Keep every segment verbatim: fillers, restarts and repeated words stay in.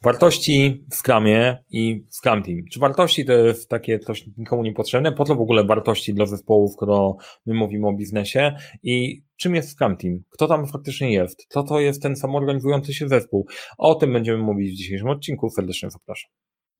Wartości w Scrumie i Scrum Team. Czy wartości to jest takie coś nikomu niepotrzebne? Po co w ogóle wartości dla zespołu, skoro my mówimy o biznesie? I czym jest Scrum Team? Kto tam faktycznie jest? Co to jest ten samoorganizujący się zespół? O tym będziemy mówić w dzisiejszym odcinku. Serdecznie zapraszam.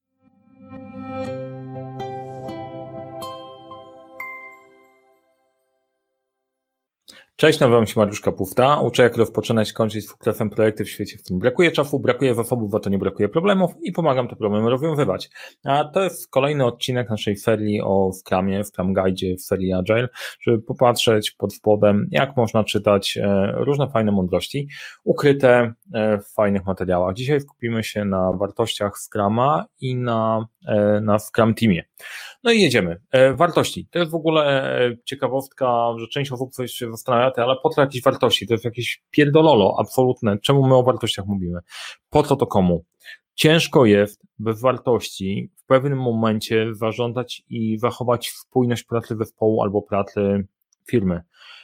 Cześć, nazywam się Mariusz Kapufta, uczę jak rozpoczynać, kończyć z sukcesem projekty w świecie, w którym brakuje czasu, brakuje zasobów, a to nie brakuje problemów i pomagam te problemy rozwiązywać. A to jest kolejny odcinek naszej serii o Scrumie, w Scrum Guide w serii Agile, żeby popatrzeć pod spodem, jak można czytać różne fajne mądrości ukryte w fajnych materiałach. Dzisiaj skupimy się na wartościach Scruma i na, na Scrum Teamie. No i jedziemy. Wartości. To jest w ogóle ciekawostka, że część osób coś się zastanawia, ale po co jakieś wartości? To jest jakieś pierdololo absolutne. Czemu my o wartościach mówimy? Po co to komu? Ciężko jest bez wartości w pewnym momencie zażądać i zachować spójność pracy zespołu albo pracy firmy.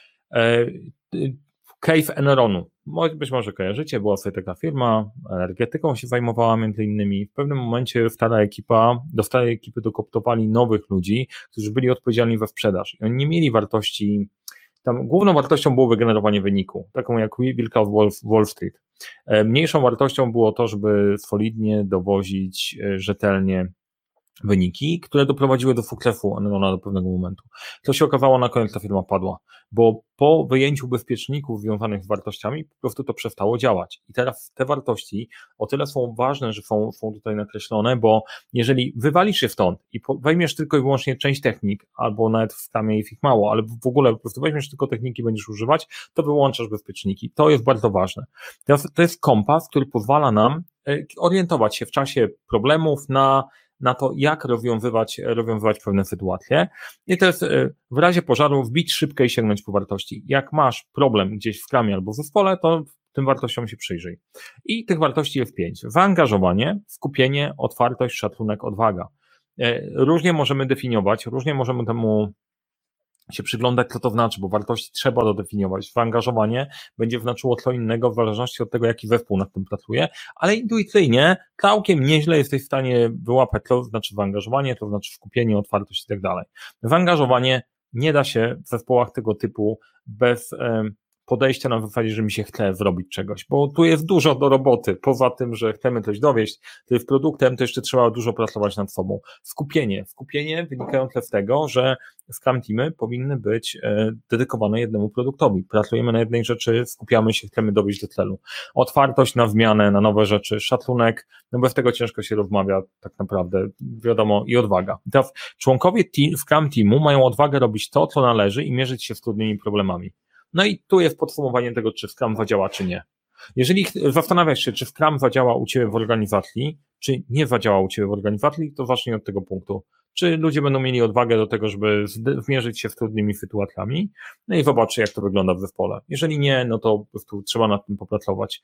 Case Enronu. Być może kojarzycie, była sobie taka firma, energetyką się zajmowała między innymi. W pewnym momencie stara ekipa, do starej ekipy dokoptowali nowych ludzi, którzy byli odpowiedzialni za sprzedaż. I oni nie mieli wartości, tam główną wartością było wygenerowanie wyniku, taką jak wilka w Wall, Wall Street. Mniejszą wartością było to, żeby solidnie dowozić rzetelnie wyniki, które doprowadziły do sukcesu Enrona do pewnego momentu. To się okazało, na koniec ta firma padła, bo po wyjęciu bezpieczników związanych z wartościami po prostu to przestało działać. I teraz te wartości o tyle są ważne, że są, są tutaj nakreślone, bo jeżeli wywalisz się stąd i weźmiesz tylko i wyłącznie część technik, albo nawet w Scrumie ich mało, ale w ogóle po prostu weźmiesz tylko techniki i będziesz używać, to wyłączasz bezpieczniki. To jest bardzo ważne. Teraz to jest kompas, który pozwala nam orientować się w czasie problemów na na to, jak rozwiązywać, rozwiązywać pewne sytuacje. I to jest w razie pożaru wbić szybkę i sięgnąć po wartości. Jak masz problem gdzieś w Scrumie albo w zespole, to tym wartościom się przyjrzyj. I tych wartości jest pięć. Zaangażowanie, skupienie, otwartość, szacunek, odwaga. Różnie możemy definiować, różnie możemy temu się przyglądać, co to znaczy, bo wartości trzeba dodefiniować. Zaangażowanie będzie znaczyło co innego w zależności od tego, jaki zespół nad tym pracuje, ale intuicyjnie całkiem nieźle jesteś w stanie wyłapać, co znaczy zaangażowanie, to znaczy skupienie, otwartość i tak dalej. Zaangażowanie nie da się w zespołach tego typu bez podejścia na zasadzie, że mi się chce zrobić czegoś, bo tu jest dużo do roboty, poza tym, że chcemy coś dowieść, to jest produktem, to jeszcze trzeba dużo pracować nad sobą. Skupienie, skupienie wynikające z tego, że Scrum Teamy powinny być dedykowane jednemu produktowi. Pracujemy na jednej rzeczy, skupiamy się, chcemy dowieść do celu. Otwartość na zmianę, na nowe rzeczy, szacunek, no bez tego ciężko się rozmawia tak naprawdę, wiadomo, i odwaga. Teraz członkowie team, Scrum Teamu mają odwagę robić to, co należy i mierzyć się z trudnymi problemami. No i tu jest podsumowanie tego, czy Scrum zadziała, czy nie. Jeżeli zastanawiasz się, czy Scrum zadziała u Ciebie w organizacji, czy nie zadziała u Ciebie w organizacji, to zacznij od tego punktu. Czy ludzie będą mieli odwagę do tego, żeby zmierzyć się z trudnymi sytuacjami, no i zobaczy, jak to wygląda w zespole. Jeżeli nie, no to po prostu trzeba nad tym popracować.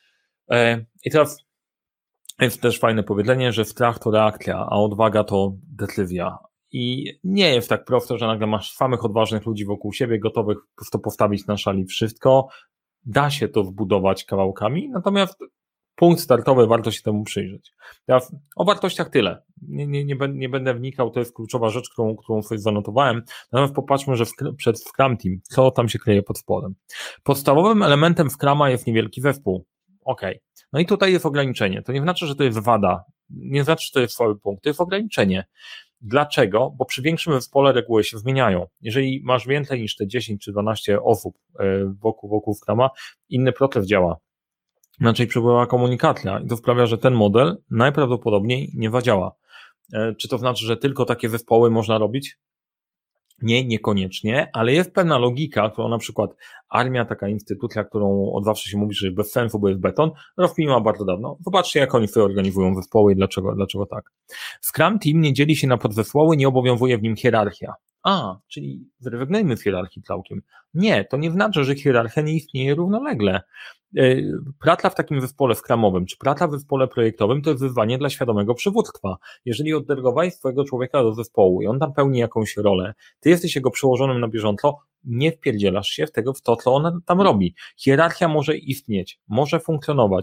I teraz jest też fajne powiedzenie, że strach to reakcja, a odwaga to decyzja. I nie jest tak prosto, że nagle masz samych odważnych ludzi wokół siebie, gotowych po prostu postawić na szali wszystko. Da się to wbudować kawałkami, natomiast punkt startowy, warto się temu przyjrzeć. Teraz o wartościach tyle. Nie, nie, nie, będę, nie będę wnikał, to jest kluczowa rzecz, którą, którą sobie zanotowałem. Natomiast popatrzmy, że w, przed Scrum Team, co tam się kryje pod spodem. Podstawowym elementem Scruma jest niewielki zespół. Okej. Okay. No i tutaj jest ograniczenie. To nie znaczy, że to jest wada. Nie znaczy, że to jest słaby punkt. To jest ograniczenie. Dlaczego? Bo przy większym zespole reguły się zmieniają. Jeżeli masz więcej niż te dziesięć czy dwanaście osób wokół, wokół Scruma, inny proces działa. Inaczej przepływa komunikacja i to sprawia, że ten model najprawdopodobniej nie zadziała. Czy to znaczy, że tylko takie zespoły można robić? Nie, niekoniecznie, ale jest pewna logika, którą na przykład armia, taka instytucja, którą od zawsze się mówi, że jest bez sensu, bo jest beton, rozkminiła bardzo dawno. Zobaczcie, jak oni sobie organizują zespoły i dlaczego, dlaczego tak. Scrum Team nie dzieli się na podzespoły, nie obowiązuje w nim hierarchia. A, czyli zrezygnujmy z hierarchii całkiem. Nie, to nie znaczy, że hierarchia nie istnieje równolegle. Praca w takim zespole scrumowym, czy praca w zespole projektowym to jest wyzwanie dla świadomego przywództwa. Jeżeli oddelegowałeś swojego człowieka do zespołu i on tam pełni jakąś rolę, ty jesteś jego przełożonym na bieżąco, nie wpierdzielasz się w tego, w to, co on tam robi. Hierarchia może istnieć, może funkcjonować,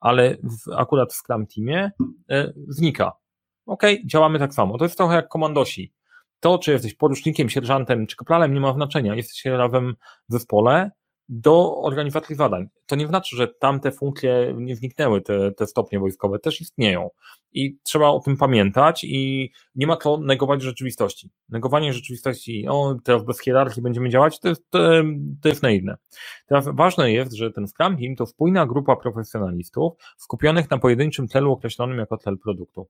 ale w, akurat w Scrum Teamie e, wnika. Okej, okay, działamy tak samo. To jest trochę jak komandosi. To, czy jesteś porucznikiem, sierżantem, czy kapralem, nie ma znaczenia. Jesteś razem w zespole do organizacji zadań. To nie znaczy, że tamte funkcje nie zniknęły, te, te stopnie wojskowe też istnieją. I trzeba o tym pamiętać i nie ma to negować rzeczywistości. Negowanie rzeczywistości, o, teraz bez hierarchii będziemy działać, to jest, to, to jest naiwne. Teraz ważne jest, że ten Scrum Team to spójna grupa profesjonalistów skupionych na pojedynczym celu określonym jako cel produktu.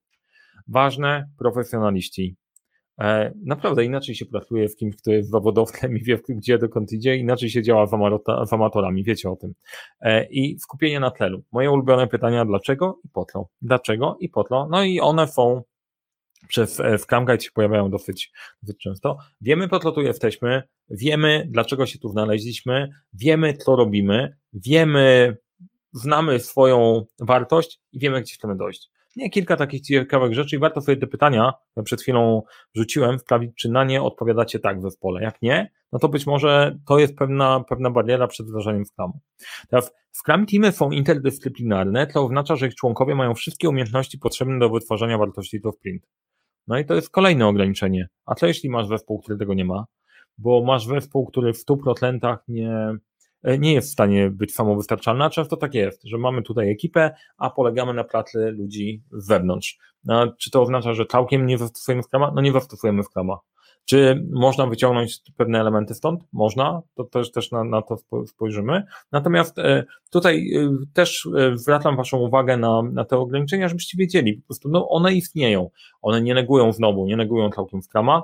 Ważne, profesjonaliści. E, naprawdę inaczej się pracuje z kimś, kto jest zawodowcem i wie, gdzie dokąd idzie, inaczej się działa z, amarota, z amatorami, wiecie o tym. E, I skupienie na celu. Moje ulubione pytania, dlaczego i po co? Dlaczego i po co? No i one są przez Scrum Guide się pojawiają dosyć, dosyć często. Wiemy, po co tu jesteśmy, wiemy, dlaczego się tu znaleźliśmy, wiemy, co robimy, wiemy, znamy swoją wartość i wiemy, gdzie chcemy dojść. Nie, kilka takich ciekawych rzeczy i warto sobie te pytania, które przed chwilą rzuciłem, sprawdzić, czy na nie odpowiadacie tak w zespole. Jak nie, no to być może to jest pewna, pewna bariera przed wdrażaniem Scrumu. Teraz Scrum Teamy są interdyscyplinarne, to oznacza, że ich członkowie mają wszystkie umiejętności potrzebne do wytwarzania wartości do sprint. No i to jest kolejne ograniczenie. A co jeśli masz zespół, który tego nie ma? Bo masz zespół, który w stu procentach nie... nie jest w stanie być samowystarczalna. Często tak jest, że mamy tutaj ekipę, a polegamy na pracy ludzi z zewnątrz. A czy to oznacza, że całkiem nie zastosujemy Scruma? No nie zastosujemy Scruma. Czy można wyciągnąć pewne elementy stąd? Można, to też, też na, na to spojrzymy. Natomiast e, tutaj e, też e, zwracam waszą uwagę na, na te ograniczenia, żebyście wiedzieli, po prostu no, one istnieją. One nie negują znowu, nie negują całkiem Scruma,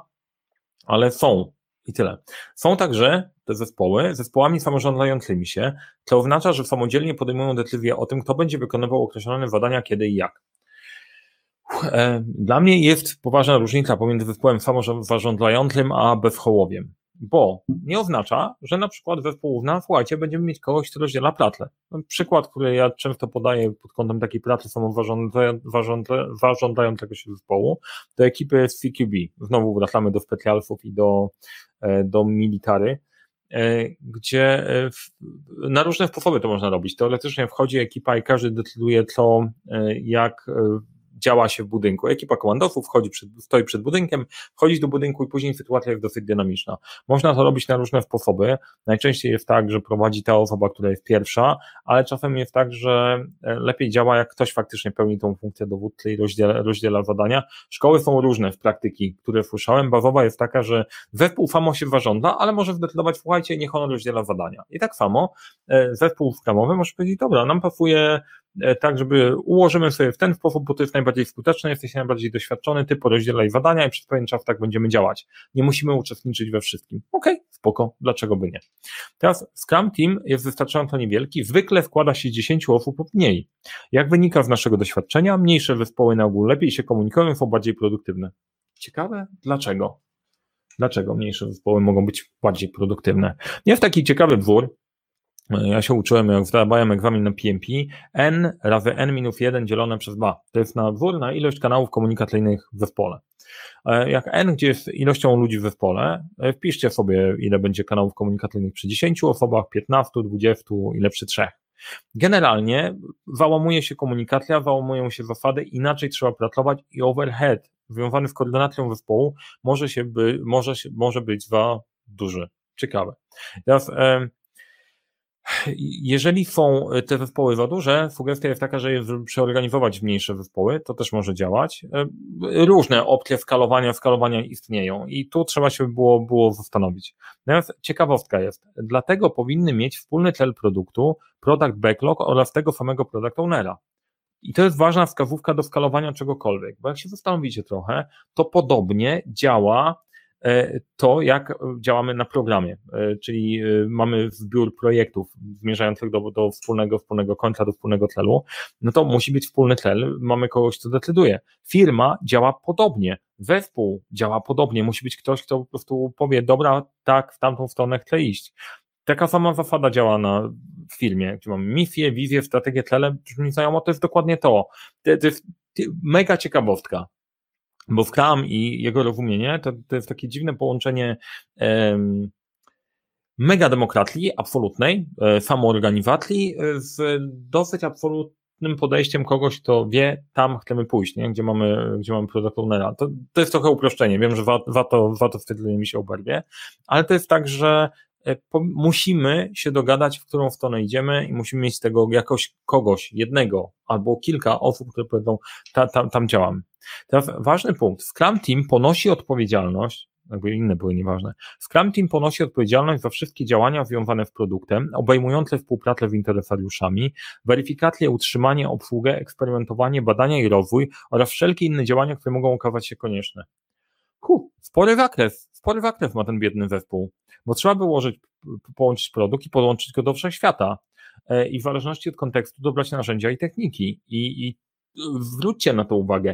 ale są. I tyle. Są także te zespoły zespołami samorządzającymi się, co oznacza, że samodzielnie podejmują decyzję o tym, kto będzie wykonywał określone zadania, kiedy i jak. Dla mnie jest poważna różnica pomiędzy zespołem samorządzającym a bezchołowiem, bo nie oznacza, że na przykład zespół na słuchajcie, będziemy mieć kogoś, kto rozdziela pracę. Przykład, który ja często podaję pod kątem takiej pracy samorządzającego się zespołu, to ekipy z C Q B. Znowu wracamy do specjalsów i do, do military, gdzie na różne sposoby to można robić. Teoretycznie wchodzi ekipa i każdy decyduje, co, jak działa się w budynku. Ekipa komandosów wchodzi przed, stoi przed budynkiem, wchodzi do budynku i później sytuacja jest dosyć dynamiczna. Można to robić na różne sposoby. Najczęściej jest tak, że prowadzi ta osoba, która jest pierwsza, ale czasem jest tak, że lepiej działa, jak ktoś faktycznie pełni tą funkcję dowódcy i rozdziela, rozdziela zadania. Szkoły są różne w praktyki, które słyszałem. Bazowa jest taka, że zespół samo się zarządza, ale może zdecydować, słuchajcie, niech on rozdziela zadania. I tak samo zespół scrumowy może powiedzieć, dobra, nam pasuje tak, żeby ułożymy sobie w ten sposób, bo to jest najbardziej skuteczne, jesteś najbardziej doświadczony, ty porozdzielaj zadania i przez pewien czas tak będziemy działać. Nie musimy uczestniczyć we wszystkim. Okej, okay, spoko, dlaczego by nie? Teraz Scrum Team jest wystarczająco niewielki, zwykle składa się z dziesięciu osób lub mniej. Jak wynika z naszego doświadczenia, mniejsze zespoły na ogół lepiej się komunikują, są bardziej produktywne. Ciekawe, dlaczego? Dlaczego mniejsze zespoły mogą być bardziej produktywne? Jest taki ciekawy wzór. Ja się uczyłem, jak zdawałem egzamin na P M P, n razy n minus jeden dzielone przez dwa. To jest na wzór na ilość kanałów komunikacyjnych w zespole. Jak n, gdzie jest ilością ludzi w zespole, wpiszcie sobie, ile będzie kanałów komunikacyjnych przy dziesięciu osobach, piętnastu, dwudziestu, ile przy trzech. Generalnie załamuje się komunikacja, załamują się zasady, inaczej trzeba pracować i overhead związany z koordynacją zespołu może się by, może się, może być za duży. Ciekawe. Teraz jeżeli są te zespoły za duże, sugestia jest taka, że je przeorganizować w mniejsze zespoły, to też może działać. Różne opcje skalowania, skalowania istnieją i tu trzeba się było, było zastanowić. Natomiast ciekawostka jest, dlatego powinny mieć wspólny cel produktu, product backlog oraz tego samego product ownera. I to jest ważna wskazówka do skalowania czegokolwiek, bo jak się zastanowicie trochę, to podobnie działa to, jak działamy na programie, czyli mamy zbiór projektów zmierzających do, do wspólnego, wspólnego końca, do wspólnego celu, no to musi być wspólny cel, mamy kogoś, kto decyduje. Firma działa podobnie, zespół działa podobnie, musi być ktoś, kto po prostu powie, dobra, tak, w tamtą stronę chcę iść. Taka sama zasada działa na w firmie, gdzie mamy misję, wizję, strategię, cele, brzmi znajomo, to jest dokładnie to. To, to jest mega ciekawostka. Bo Scrum i jego rozumienie to, to jest takie dziwne połączenie um, mega demokracji absolutnej, e, samoorganizacji z dosyć absolut, konkretnym podejściem kogoś, kto wie, tam chcemy pójść, nie? Gdzie mamy, gdzie mamy product ownera. To, to jest trochę uproszczenie, wiem, że warto, warto wtedy mi się oberwie, ale to jest tak, że po, musimy się dogadać, w którą stronę idziemy i musimy mieć z tego jakoś kogoś, jednego albo kilka osób, które powiedzą, ta, tam, tam działamy. Teraz ważny punkt, Scrum Team ponosi odpowiedzialność, jakby inne były nieważne. Scrum Team ponosi odpowiedzialność za wszystkie działania związane z produktem, obejmujące współpracę z interesariuszami, weryfikację, utrzymanie, obsługę, eksperymentowanie, badania i rozwój oraz wszelkie inne działania, które mogą okazać się konieczne. Huh, spory zakres, spory zakres ma ten biedny zespół, bo trzeba wyłożyć, połączyć produkt i podłączyć go do wszechświata i w zależności od kontekstu dobrać narzędzia i techniki i, i zwróćcie na to uwagę.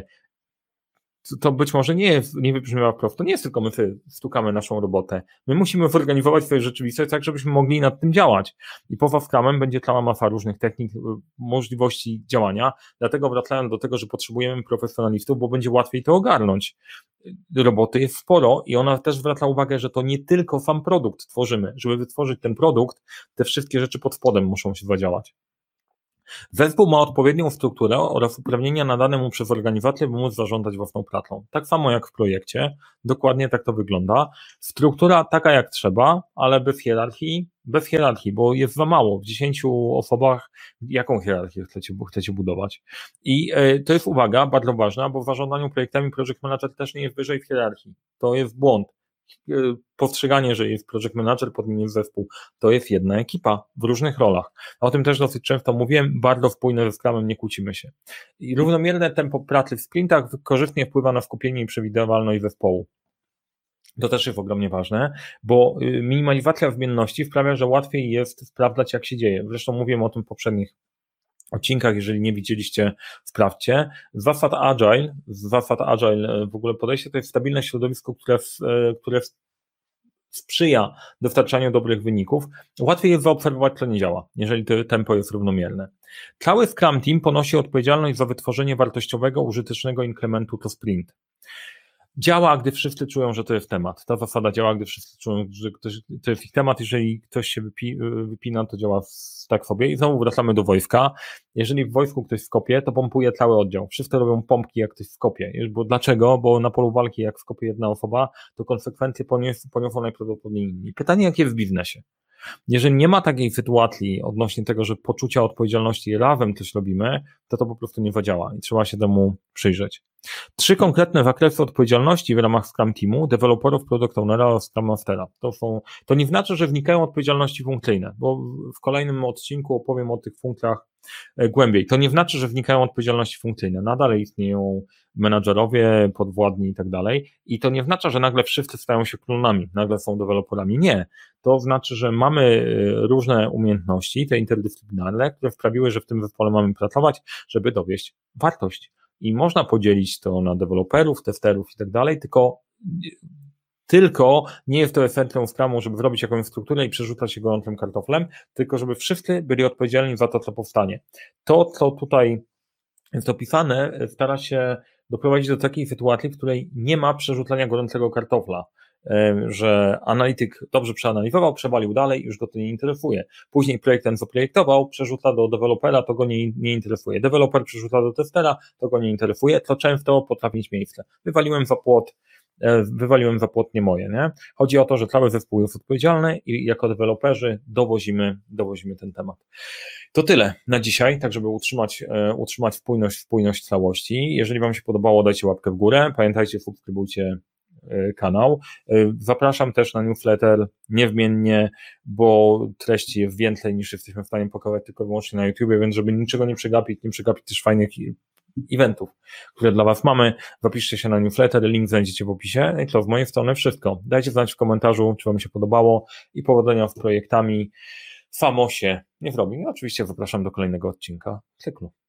To być może nie, jest, nie wybrzmiewa wprost, to nie jest tylko my stukamy naszą robotę. My musimy zorganizować swoje rzeczywistość tak, żebyśmy mogli nad tym działać. I poza Scrumem będzie cała masa różnych technik, możliwości działania, dlatego wracając do tego, że potrzebujemy profesjonalistów, bo będzie łatwiej to ogarnąć. Roboty jest sporo i ona też zwraca uwagę, że to nie tylko sam produkt tworzymy. Żeby wytworzyć ten produkt, te wszystkie rzeczy pod spodem muszą się zadziałać. Zespół ma odpowiednią strukturę oraz uprawnienia nadane mu przez organizację, by móc zarządzać własną pracą. Tak samo jak w projekcie, dokładnie tak to wygląda. Struktura taka jak trzeba, ale bez hierarchii, bez hierarchii, bo jest za mało. W dziesięciu osobach jaką hierarchię chcecie, chcecie budować? I y, to jest uwaga, bardzo ważna, bo w zarządzaniu projektami project manager też nie jest wyżej w hierarchii. To jest błąd. Postrzeganie, że jest project manager, pod nim jest zespół, to jest jedna ekipa w różnych rolach. O tym też dosyć często mówiłem, bardzo spójne ze Scrumem, nie kłócimy się. I równomierne tempo pracy w sprintach korzystnie wpływa na skupienie i przewidywalność zespołu. To też jest ogromnie ważne, bo minimalizacja zmienności sprawia, że łatwiej jest sprawdzać, jak się dzieje. Zresztą mówiłem o tym w poprzednich odcinkach, jeżeli nie widzieliście, sprawdźcie. Z zasad Agile, z zasad Agile w ogóle podejście to jest stabilne środowisko, które, które sprzyja dostarczaniu dobrych wyników. Łatwiej jest zaobserwować, co nie działa, jeżeli to tempo jest równomierne. Cały Scrum Team ponosi odpowiedzialność za wytworzenie wartościowego, użytecznego inkrementu to sprint. Działa, gdy wszyscy czują, że to jest temat. Ta zasada działa, gdy wszyscy czują, że ktoś, to jest ich temat. Jeżeli ktoś się wypi, wypina, to działa tak sobie. I znowu wracamy do wojska. Jeżeli w wojsku ktoś skopie, to pompuje cały oddział. Wszyscy robią pompki, jak ktoś skopie. Bo dlaczego? Bo na polu walki, jak skopie jedna osoba, to konsekwencje ponios, poniosą najprawdopodobniej inni. Pytanie, jak jest w biznesie? Jeżeli nie ma takiej sytuacji odnośnie tego, że poczucia odpowiedzialności i razem coś robimy, to to po prostu nie zadziała i trzeba się temu przyjrzeć. Trzy konkretne zakresy odpowiedzialności w ramach Scrum Teamu, deweloperów, product ownera oraz Scrum Mastera. To są, to nie znaczy, że wnikają odpowiedzialności funkcyjne, bo w kolejnym odcinku opowiem o tych funkcjach głębiej. To nie znaczy, że wnikają odpowiedzialności funkcyjne. Nadal istnieją menadżerowie, podwładni i tak dalej. I to nie znaczy, że nagle wszyscy stają się klonami, nagle są deweloperami. Nie. To znaczy, że mamy różne umiejętności, te interdyscyplinarne, które sprawiły, że w tym zespole mamy pracować, żeby dowieść wartość. I można podzielić to na deweloperów, testerów i tak dalej, tylko Tylko nie jest to esencją Scrumu, żeby zrobić jakąś strukturę i przerzucać się gorącym kartoflem, tylko żeby wszyscy byli odpowiedzialni za to, co powstanie. To, co tutaj jest opisane, stara się doprowadzić do takiej sytuacji, w której nie ma przerzucania gorącego kartofla, że analityk dobrze przeanalizował, przewalił dalej, już go to nie interesuje. Później projektant zaprojektował, przerzuca do dewelopera, to go nie, nie interesuje. Deweloper przerzuca do testera, to go nie interesuje, to często potrafi mieć miejsce. Wywaliłem za płot, wywaliłem za płot nie moje, nie? Chodzi o to, że cały zespół jest odpowiedzialny i jako deweloperzy dowozimy, dowozimy ten temat. To tyle na dzisiaj, tak żeby utrzymać, utrzymać spójność, spójność całości. Jeżeli Wam się podobało, dajcie łapkę w górę, pamiętajcie, subskrybujcie kanał. Zapraszam też na newsletter niezmiennie, bo treści jest więcej niż jesteśmy w stanie pokazać tylko i wyłącznie na YouTubie, więc żeby niczego nie przegapić, nie przegapić też fajnych eventów, które dla Was mamy, zapiszcie się na newsletter, link znajdziecie w opisie. I co, z mojej strony wszystko. Dajcie znać w komentarzu, czy Wam się podobało i powodzenia z projektami. Samo się nie zrobi. I oczywiście zapraszam do kolejnego odcinka cyklu.